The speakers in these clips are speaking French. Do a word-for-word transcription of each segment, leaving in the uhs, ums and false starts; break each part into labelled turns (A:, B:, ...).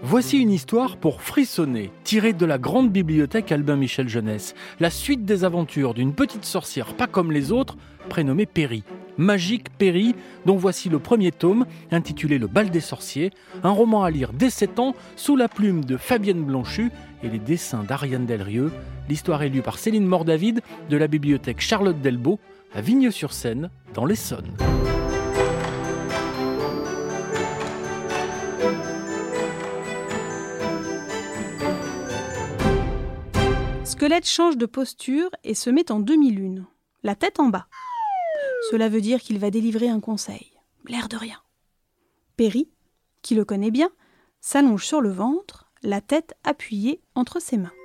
A: Voici une histoire pour frissonner, tirée de la grande bibliothèque Albin Michel Jeunesse. La suite des aventures d'une petite sorcière pas comme les autres, prénommée Péri. Magique Péri, dont voici le premier tome, intitulé Le bal des sorciers, un roman à lire dès sept ans, sous la plume de Fabienne Blanchu et les dessins d'Ariane Delrieux. L'histoire est lue par Céline Mordavid de la bibliothèque Charlotte Delbault à Vigneux-sur-Seine, dans l'Essonne.
B: Squelette change de posture et se met en demi-lune, la tête en bas. Cela veut dire qu'il va délivrer un conseil, l'air de rien. Péri, qui le connaît bien, s'allonge sur le ventre, la tête appuyée entre ses mains.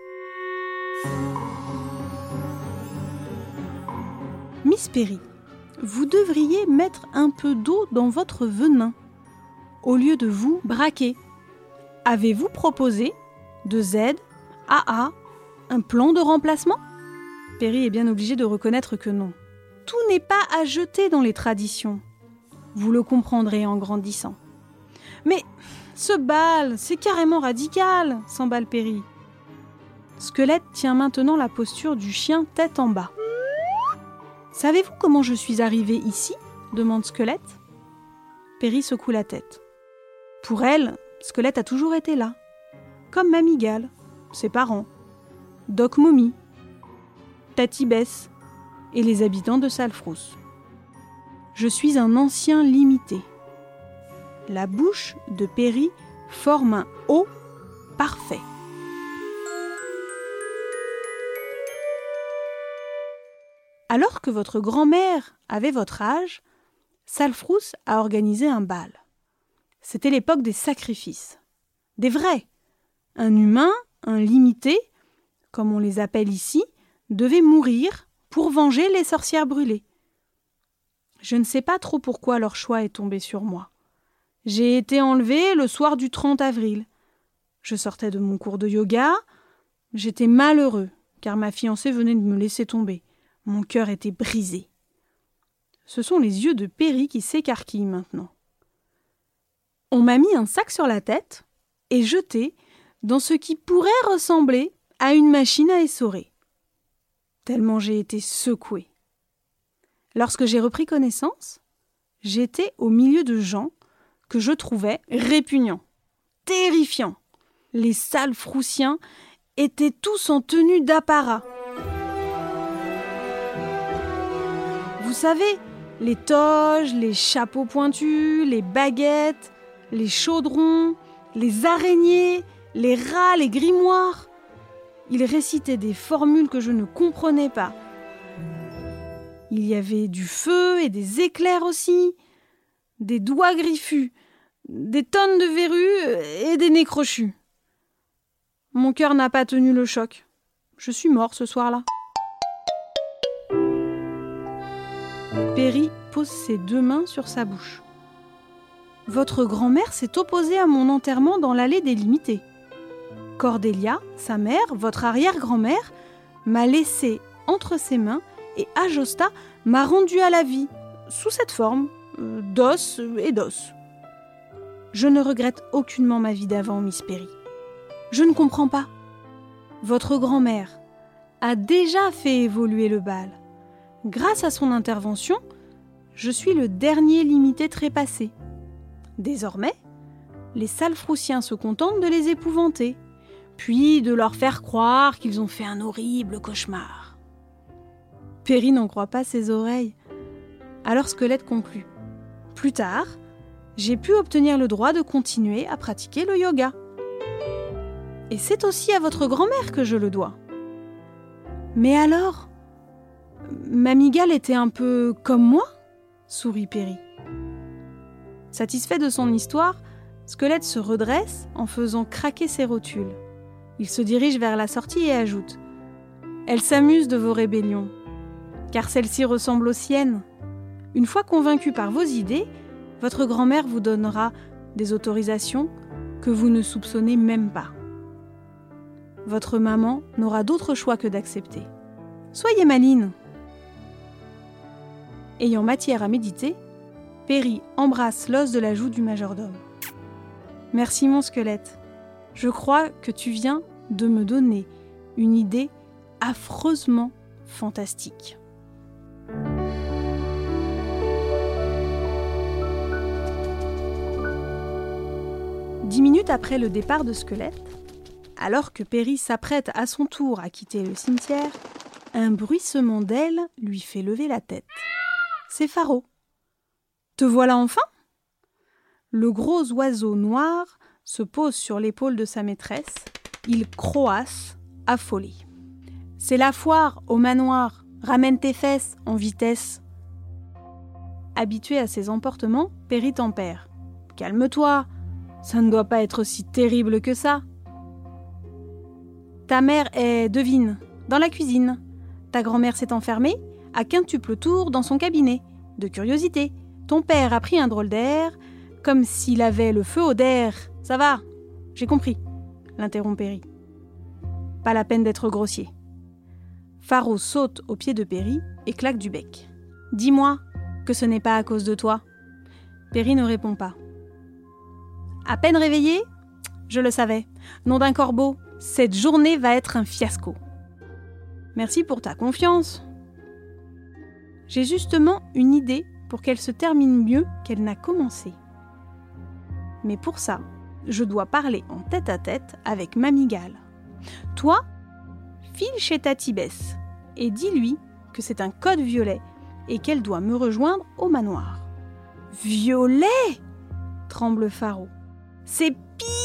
B: Miss Péri, vous devriez mettre un peu d'eau dans votre venin, au lieu de vous braquer. Avez-vous proposé de Z à A un plan de remplacement ? Péri est bien obligé de reconnaître que non. Tout n'est pas à jeter dans les traditions. Vous le comprendrez en grandissant. Mais ce bal, c'est carrément radical, s'emballe Péri. Squelette tient maintenant la posture du chien tête en bas. Savez-vous comment je suis arrivée ici ? Demande Squelette. Péri secoue la tête. Pour elle, Squelette a toujours été là. Comme Mamie Gale, ses parents, Doc Momie, Tati Bess et les habitants de Salfrousse. Je suis un ancien limité. La bouche de Péri forme un O parfait. Alors que votre grand-mère avait votre âge, Salfrousse a organisé un bal. C'était l'époque des sacrifices. Des vrais. Un humain, un limité, comme on les appelle ici, devait mourir pour venger les sorcières brûlées. Je ne sais pas trop pourquoi leur choix est tombé sur moi. J'ai été enlevée le soir du trente avril. Je sortais de mon cours de yoga. J'étais malheureux, car ma fiancée venait de me laisser tomber. Mon cœur était brisé. Ce sont les yeux de Péri qui s'écarquillent maintenant. On m'a mis un sac sur la tête et jeté dans ce qui pourrait ressembler à une machine à essorer. Tellement j'ai été secouée. Lorsque j'ai repris connaissance, j'étais au milieu de gens que je trouvais répugnants, terrifiants. Les Salfroussiens étaient tous en tenue d'apparat. Vous savez, les toges, les chapeaux pointus, les baguettes, les chaudrons, les araignées, les rats, les grimoires. Ils récitaient des formules que je ne comprenais pas. Il y avait du feu et des éclairs aussi, des doigts griffus, des tonnes de verrues et des nez crochus. Mon cœur n'a pas tenu le choc. Je suis mort ce soir-là. Péri pose ses deux mains sur sa bouche. Votre grand-mère s'est opposée à mon enterrement dans l'allée des limités. Cordélia, sa mère, votre arrière-grand-mère, m'a laissé entre ses mains et Ajosta m'a rendu à la vie, sous cette forme, euh, d'os et d'os. Je ne regrette aucunement ma vie d'avant, Miss Péri. Je ne comprends pas. Votre grand-mère a déjà fait évoluer le bal. Grâce à son intervention, je suis le dernier limité trépassé. Désormais, les Salfroussiens se contentent de les épouvanter, puis de leur faire croire qu'ils ont fait un horrible cauchemar. Péri n'en croit pas ses oreilles. Alors Squelette conclut. Plus tard, j'ai pu obtenir le droit de continuer à pratiquer le yoga. Et c'est aussi à votre grand-mère que je le dois. Mais alors, Mamie Gale était un peu comme moi ? Sourit Péri. Satisfait de son histoire, Squelette se redresse en faisant craquer ses rotules. Il se dirige vers la sortie et ajoute « Elle s'amuse de vos rébellions, car celle-ci ressemble aux siennes. Une fois convaincu par vos idées, votre grand-mère vous donnera des autorisations que vous ne soupçonnez même pas. Votre maman n'aura d'autre choix que d'accepter. Soyez maline !» Ayant matière à méditer, Péri embrasse l'os de la joue du majordome. « Merci mon Squelette. Je crois que tu viens de me donner une idée affreusement fantastique. Dix minutes après le départ de Squelette, alors que Péri s'apprête à son tour à quitter le cimetière, un bruissement d'ailes lui fait lever la tête. C'est Faro. « Te voilà enfin ?» Le gros oiseau noir se pose sur l'épaule de sa maîtresse. Il croasse, affolé. « C'est la foire au manoir. Ramène tes fesses en vitesse. » Habitué à ses emportements, Péri tempère. « Calme-toi, ça ne doit pas être si terrible que ça. » Ta mère est, devine, dans la cuisine. Ta grand-mère s'est enfermée à quintuple tour dans son cabinet. De curiosité, ton père a pris un drôle d'air, comme s'il avait le feu au derre. Ça va, j'ai compris, l'interrompt Péri. Pas la peine d'être grossier. Faro saute au pied de Péri et claque du bec. Dis-moi que ce n'est pas à cause de toi. Péri ne répond pas. À peine réveillé, je le savais. Nom d'un corbeau, cette journée va être un fiasco. Merci pour ta confiance. J'ai justement une idée pour qu'elle se termine mieux qu'elle n'a commencé. Mais pour ça, je dois parler en tête-à-tête avec Mamie Gale. Toi, file chez Tati Bess et dis-lui que c'est un code violet et qu'elle doit me rejoindre au manoir. Violet ? Tremble Faro. C'est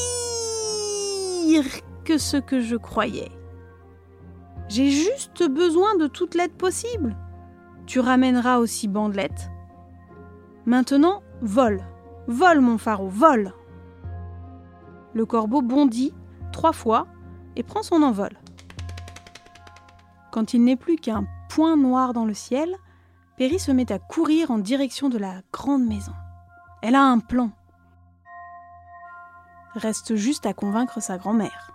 B: pire que ce que je croyais. J'ai juste besoin de toute l'aide possible. Tu ramèneras aussi Bandelette. Maintenant, vole. Vole, mon Faro, vole. Le corbeau bondit trois fois et prend son envol. Quand il n'est plus qu'un point noir dans le ciel, Péri se met à courir en direction de la grande maison. Elle a un plan. Reste juste à convaincre sa grand-mère.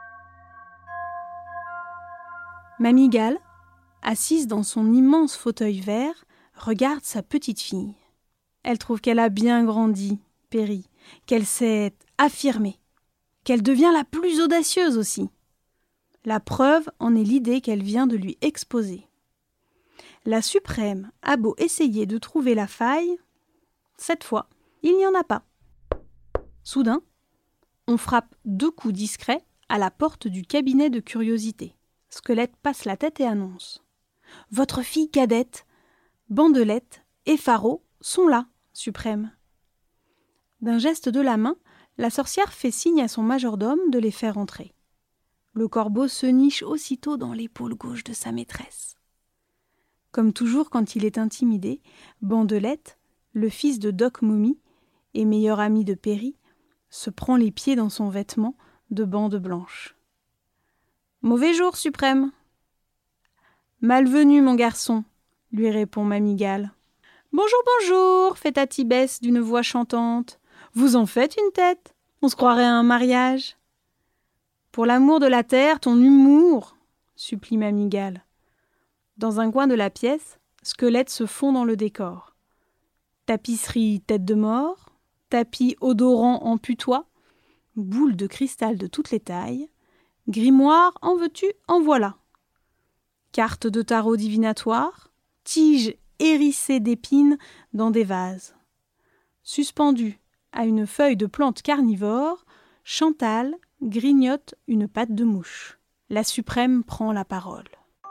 B: Mamie Gale, assise dans son immense fauteuil vert, regarde sa petite fille. Elle trouve qu'elle a bien grandi, Péri, qu'elle s'est affirmée, qu'elle devient la plus audacieuse aussi. La preuve en est l'idée qu'elle vient de lui exposer. La suprême a beau essayer de trouver la faille, cette fois, il n'y en a pas. Soudain, on frappe deux coups discrets à la porte du cabinet de curiosité. Squelette passe la tête et annonce. « Votre fille cadette, Bandelette et Faro sont là, suprême. » D'un geste de la main, la sorcière fait signe à son majordome de les faire entrer. Le corbeau se niche aussitôt dans l'épaule gauche de sa maîtresse. Comme toujours quand il est intimidé, Bandelette, le fils de Doc Momie et meilleur ami de Péri, se prend les pieds dans son vêtement de bande blanche. « Mauvais jour, suprême !»« Malvenu, mon garçon !» lui répond Mamie Gale. « Bonjour, bonjour !» fait Tati Bess d'une voix chantante. « Vous en faites une tête, on se croirait à un mariage. »« Pour l'amour de la terre, ton humour !» supplie Mamie Gale. Dans un coin de la pièce, Squelette se fond dans le décor. Tapisserie tête de mort, tapis odorant en putois, boules de cristal de toutes les tailles, grimoire en veux-tu, en voilà. Cartes de tarot divinatoire, tiges hérissées d'épines dans des vases. Suspendues à une feuille de plante carnivore, Chantal grignote une patte de mouche. La suprême prend la parole.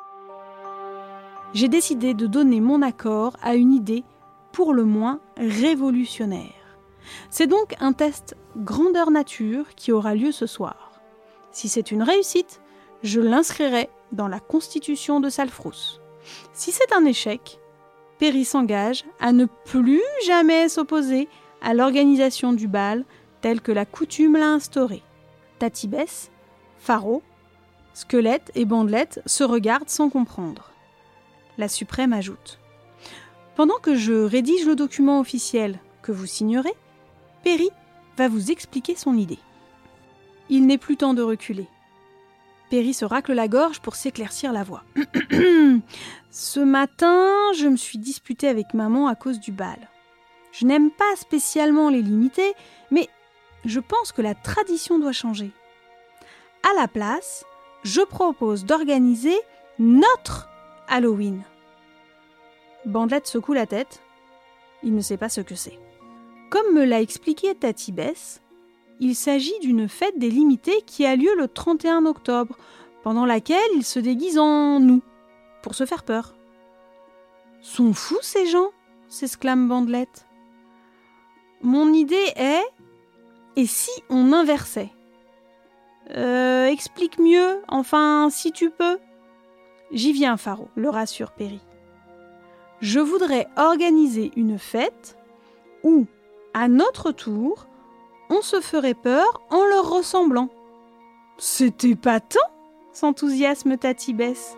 B: J'ai décidé de donner mon accord à une idée pour le moins révolutionnaire. C'est donc un test grandeur nature qui aura lieu ce soir. Si c'est une réussite, je l'inscrirai dans la constitution de Salfrousse. Si c'est un échec, Péri s'engage à ne plus jamais s'opposer à l'organisation du bal telle que la coutume l'a instaurée. Tati Bess, Faro, Squelette et Bandelette se regardent sans comprendre. La suprême ajoute. Pendant que je rédige le document officiel que vous signerez, Péri va vous expliquer son idée. Il n'est plus temps de reculer. Péri se racle la gorge pour s'éclaircir la voix. Ce matin, je me suis disputée avec maman à cause du bal. Je n'aime pas spécialement les limiter, mais je pense que la tradition doit changer. À la place, je propose d'organiser notre Halloween. Bandelette secoue la tête. Il ne sait pas ce que c'est. Comme me l'a expliqué Tati Bess, il s'agit d'une fête délimitée qui a lieu le trente et un octobre, pendant laquelle ils se déguisent en nous, pour se faire peur. « Sont fous ces gens !» s'exclame Bandelette. Mon idée est... Et si on inversait ? Euh, explique mieux, enfin, si tu peux. J'y viens, Faro, le rassure Perry. Je voudrais organiser une fête où, à notre tour, on se ferait peur en leur ressemblant. C'est épatant, s'enthousiasme Tati Bess.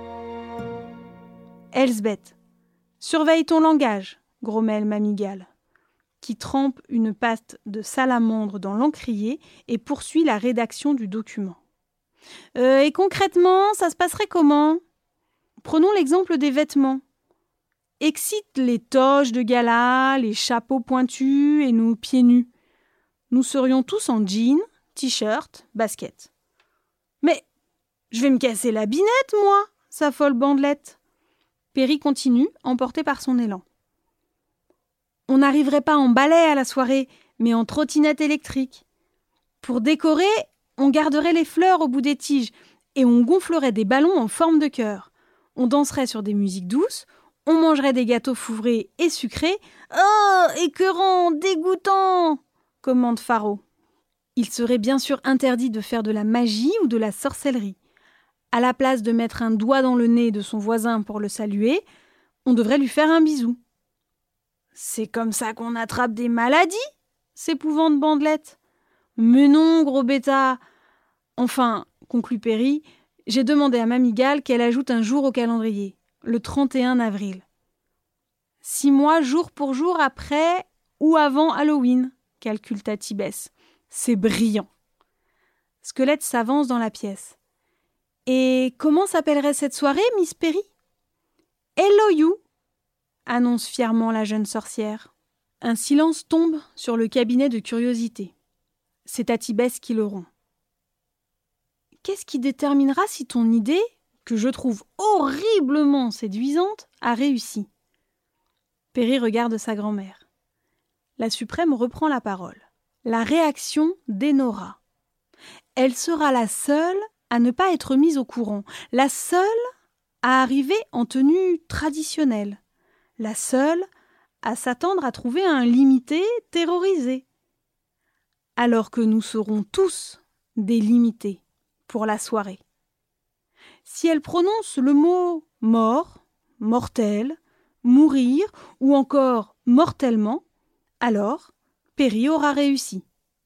B: Elsbeth, surveille ton langage, grommelle Mamie Gall, qui trempe une pâte de salamandre dans l'encrier et poursuit la rédaction du document. Euh, et concrètement, ça se passerait comment ? Prenons l'exemple des vêtements. Excite les toges de gala, les chapeaux pointus et nos pieds nus. Nous serions tous en jeans, t-shirt, basket. Mais je vais me casser la binette, moi, s'affole Bandelette. Perry continue, emporté par son élan. On n'arriverait pas en balai à la soirée, mais en trottinette électrique. Pour décorer, on garderait les fleurs au bout des tiges et on gonflerait des ballons en forme de cœur. On danserait sur des musiques douces, on mangerait des gâteaux fouvrés et sucrés. « Oh, écœurant, dégoûtant !» commande Faro. Il serait bien sûr interdit de faire de la magie ou de la sorcellerie. À la place de mettre un doigt dans le nez de son voisin pour le saluer, on devrait lui faire un bisou. « C'est comme ça qu'on attrape des maladies ?» s'épouvante Bandelette. « Mais non, gros bêta !» Enfin, conclut Perry, j'ai demandé à Mamie Gall qu'elle ajoute un jour au calendrier, le trente et un avril. Six mois jour pour jour après ou avant Halloween, calcule Tati Bess. C'est brillant. Squelette s'avance dans la pièce. Et comment s'appellerait cette soirée, Miss Perry ? Hello you, annonce fièrement la jeune sorcière. Un silence tombe sur le cabinet de curiosité. C'est Tati Bess qui le rompt. Qu'est-ce qui déterminera si ton idée, que je trouve horriblement séduisante, a réussi ? Perry regarde sa grand-mère. La suprême reprend la parole. La réaction d'Enora. Elle sera la seule à ne pas être mise au courant, la seule à arriver en tenue traditionnelle, la seule à s'attendre à trouver un limité terrorisé. Alors que nous serons tous des limités pour la soirée. Si elle prononce le mot « mort »,« mortel »,« mourir » ou encore « mortellement », alors Perry aura réussi.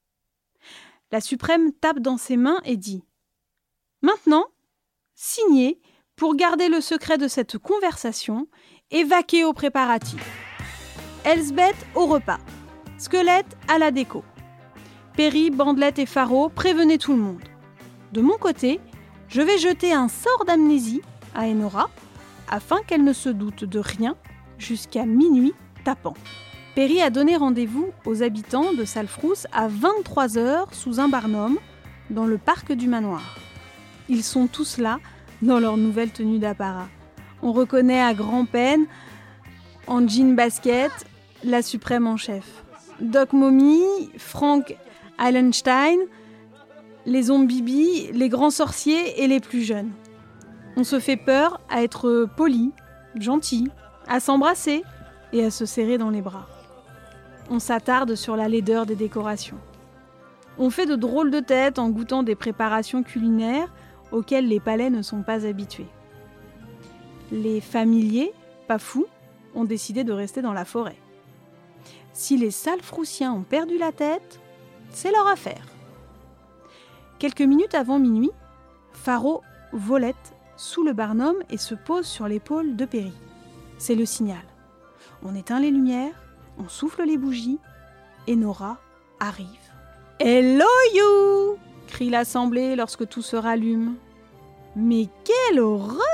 B: La suprême tape dans ses mains et dit « Maintenant, signez pour garder le secret de cette conversation et vaquer aux préparatifs. Elsbeth au repas, Squelette à la déco. Perry, Bandelette et Faro, prévenez tout le monde. De mon côté, je vais jeter un sort d'amnésie à Enora afin qu'elle ne se doute de rien jusqu'à minuit tapant. » Perry a donné rendez-vous aux habitants de Salfrousse à vingt-trois heures sous un barnum dans le parc du manoir. Ils sont tous là dans leur nouvelle tenue d'apparat. On reconnaît à grand-peine, en jean basket, la suprême en chef. Doc Mommy, Frank Eilenstein, les zombies, les grands sorciers et les plus jeunes. On se fait peur à être poli, gentil, à s'embrasser et à se serrer dans les bras. On s'attarde sur la laideur des décorations. On fait de drôles de têtes en goûtant des préparations culinaires auxquelles les palais ne sont pas habitués. Les familiers, pas fous, ont décidé de rester dans la forêt. Si les Salfroussiens ont perdu la tête, c'est leur affaire. Quelques minutes avant minuit, Faro volette sous le barnum et se pose sur l'épaule de Perry. C'est le signal. On éteint les lumières, on souffle les bougies, et Nora arrive. « Hello you !» crie l'assemblée lorsque tout se rallume. « Mais quelle horreur !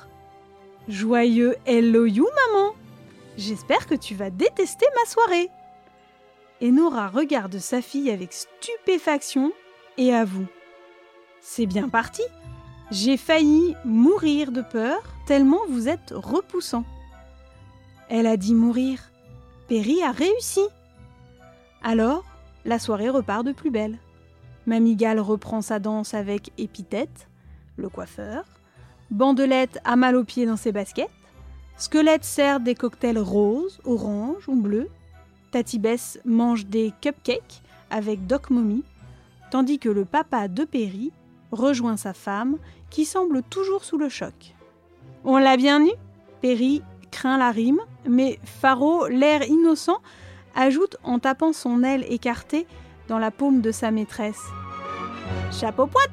B: Joyeux hello you, maman ! J'espère que tu vas détester ma soirée !» Et Nora regarde sa fille avec stupéfaction et avoue. C'est bien parti. J'ai failli mourir de peur, tellement vous êtes repoussant. » Elle a dit mourir. Péri a réussi. Alors, la soirée repart de plus belle. Mamie Gale reprend sa danse avec Épithète, le coiffeur. Bandelette a mal aux pieds dans ses baskets. Squelette sert des cocktails roses, oranges ou bleus. Tati Bess mange des cupcakes avec Doc Mommy, tandis que le papa de Péri rejoint sa femme qui semble toujours sous le choc. On l'a bien eu ? Péri craint la rime, mais Faro, l'air innocent, ajoute en tapant son aile écartée dans la paume de sa maîtresse. Chapeau pointu !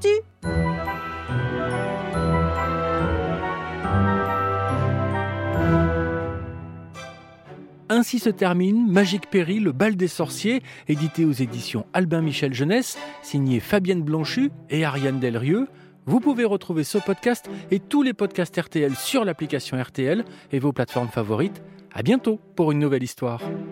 A: Ainsi se termine Magique Péri, le bal des sorciers, édité aux éditions Albin Michel Jeunesse, signé Fabienne Blanchu et Ariane Delrieux. Vous pouvez retrouver ce podcast et tous les podcasts R T L sur l'application R T L et vos plateformes favorites. À bientôt pour une nouvelle histoire.